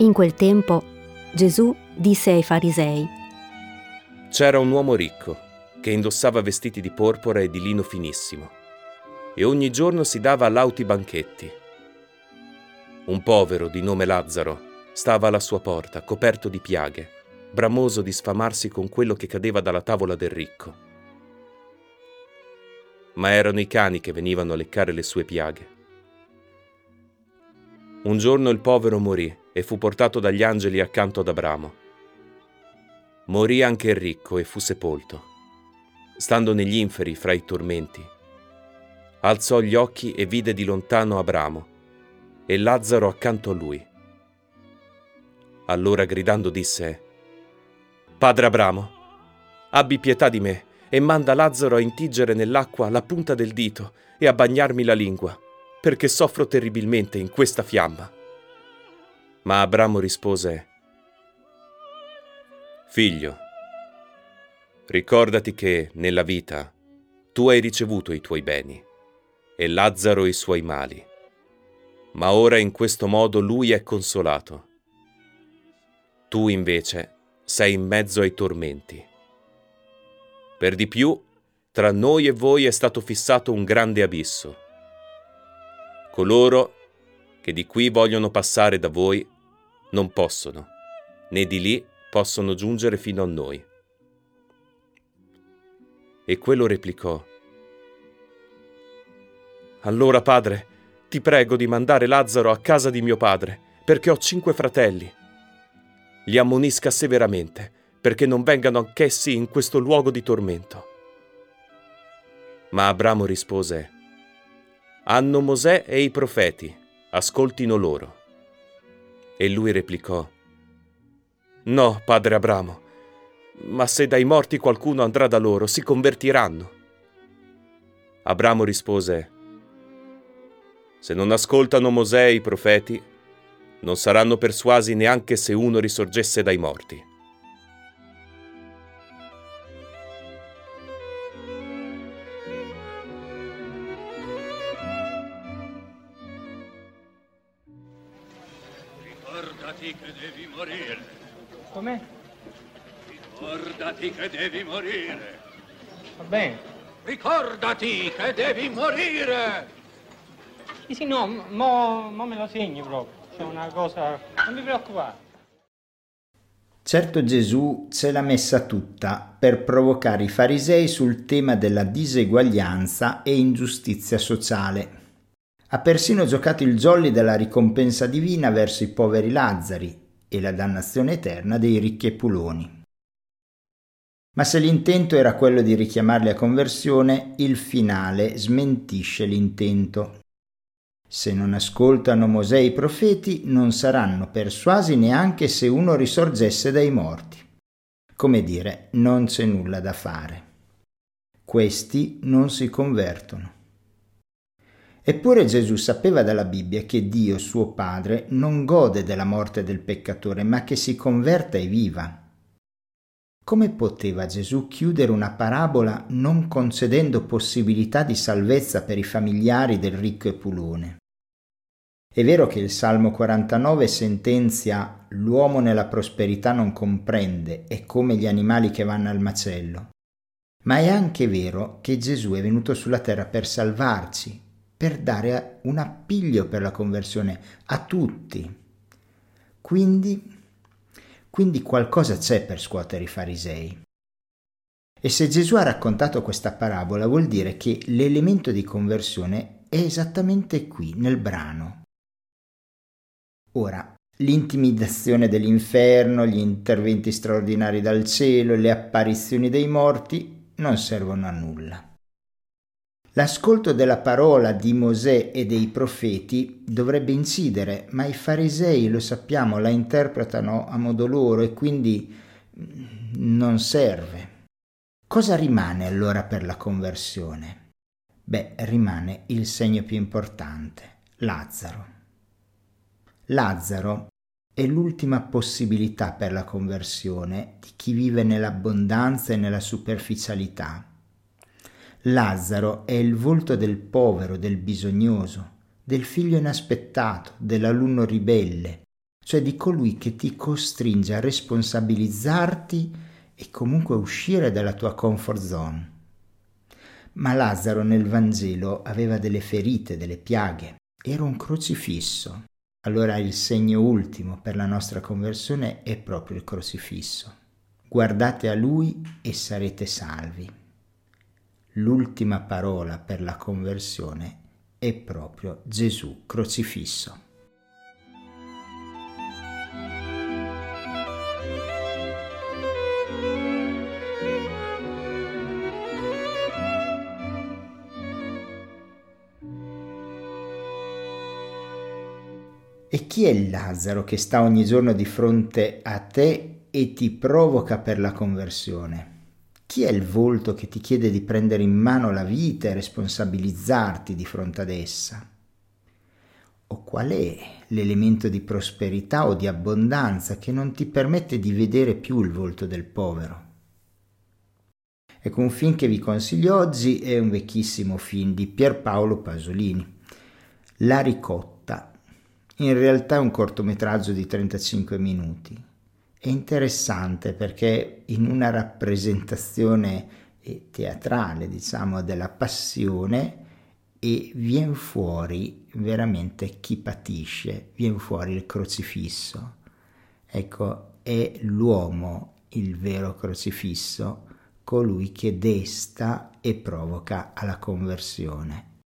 In quel tempo Gesù disse ai farisei: C'era un uomo ricco che indossava vestiti di porpora e di lino finissimo e ogni giorno si dava lauti banchetti. Un povero di nome Lazzaro stava alla sua porta, coperto di piaghe, bramoso di sfamarsi con quello che cadeva dalla tavola del ricco. Ma erano i cani che venivano a leccare le sue piaghe. Un giorno il povero morì e fu portato dagli angeli accanto ad Abramo. Morì anche il ricco e fu sepolto. Stando negli inferi fra i tormenti, alzò gli occhi e vide di lontano Abramo e Lazzaro accanto a lui. Allora gridando disse: Padre Abramo, abbi pietà di me e manda Lazzaro a intingere nell'acqua la punta del dito e a bagnarmi la lingua, perché soffro terribilmente in questa fiamma. Ma Abramo rispose: Figlio, ricordati che nella vita tu hai ricevuto i tuoi beni e Lazzaro i suoi mali, ma ora in questo modo lui è consolato. Tu invece sei in mezzo ai tormenti. Per di più, tra noi e voi è stato fissato un grande abisso. Coloro che di qui vogliono passare da voi non possono, né di lì possono giungere fino a noi. E quello replicò: Allora, padre, ti prego di mandare Lazzaro a casa di mio padre, perché ho 5 fratelli. Li ammonisca severamente, perché non vengano anch'essi in questo luogo di tormento. Ma Abramo rispose: Hanno Mosè e i profeti, ascoltino loro. E lui replicò: No, padre Abramo, ma se dai morti qualcuno andrà da loro, si convertiranno. Abramo rispose: Se non ascoltano Mosè e i profeti, non saranno persuasi neanche se uno risorgesse dai morti. Ricordati che devi morire. Com'è? Ricordati che devi morire. Va bene. Ricordati che devi morire. Sì, no, mo me lo segno proprio. C'è una cosa... Non mi preoccupare. Certo, Gesù ce l'ha messa tutta per provocare i farisei sul tema della diseguaglianza e ingiustizia sociale. Ha persino giocato il jolly della ricompensa divina verso i poveri Lazzari e la dannazione eterna dei ricchi epuloni. Ma se l'intento era quello di richiamarli a conversione, il finale smentisce l'intento. Se non ascoltano Mosè e i profeti, non saranno persuasi neanche se uno risorgesse dai morti. Come dire, non c'è nulla da fare. Questi non si convertono. Eppure Gesù sapeva dalla Bibbia che Dio, suo Padre, non gode della morte del peccatore, ma che si converta e viva. Come poteva Gesù chiudere una parabola non concedendo possibilità di salvezza per i familiari del ricco epulone? È vero che il Salmo 49 sentenzia «L'uomo nella prosperità non comprende, è come gli animali che vanno al macello». Ma è anche vero che Gesù è venuto sulla terra per salvarci, per dare un appiglio per la conversione a tutti. Quindi qualcosa c'è per scuotere i farisei. E se Gesù ha raccontato questa parabola vuol dire che l'elemento di conversione è esattamente qui, nel brano. Ora, l'intimidazione dell'inferno, gli interventi straordinari dal cielo, le apparizioni dei morti non servono a nulla. L'ascolto della parola di Mosè e dei profeti dovrebbe incidere, ma i farisei, lo sappiamo, la interpretano a modo loro e quindi non serve. Cosa rimane allora per la conversione? Rimane il segno più importante, Lazzaro. Lazzaro è l'ultima possibilità per la conversione di chi vive nell'abbondanza e nella superficialità. Lazzaro è il volto del povero, del bisognoso, del figlio inaspettato, dell'alunno ribelle, cioè di colui che ti costringe a responsabilizzarti e comunque uscire dalla tua comfort zone. Ma Lazzaro nel Vangelo aveva delle ferite, delle piaghe, era un crocifisso. Allora il segno ultimo per la nostra conversione è proprio il crocifisso. Guardate a lui e sarete salvi. L'ultima parola per la conversione è proprio Gesù crocifisso. E chi è il Lazzaro che sta ogni giorno di fronte a te e ti provoca per la conversione? Chi è il volto che ti chiede di prendere in mano la vita e responsabilizzarti di fronte ad essa? O qual è l'elemento di prosperità o di abbondanza che non ti permette di vedere più il volto del povero? Ecco, un film che vi consiglio oggi è un vecchissimo film di Pierpaolo Pasolini, La ricotta. In realtà è un cortometraggio di 35 minuti. È interessante perché in una rappresentazione teatrale, diciamo, della passione e viene fuori veramente chi patisce, viene fuori il crocifisso. Ecco, è l'uomo il vero crocifisso, colui che desta e provoca alla conversione.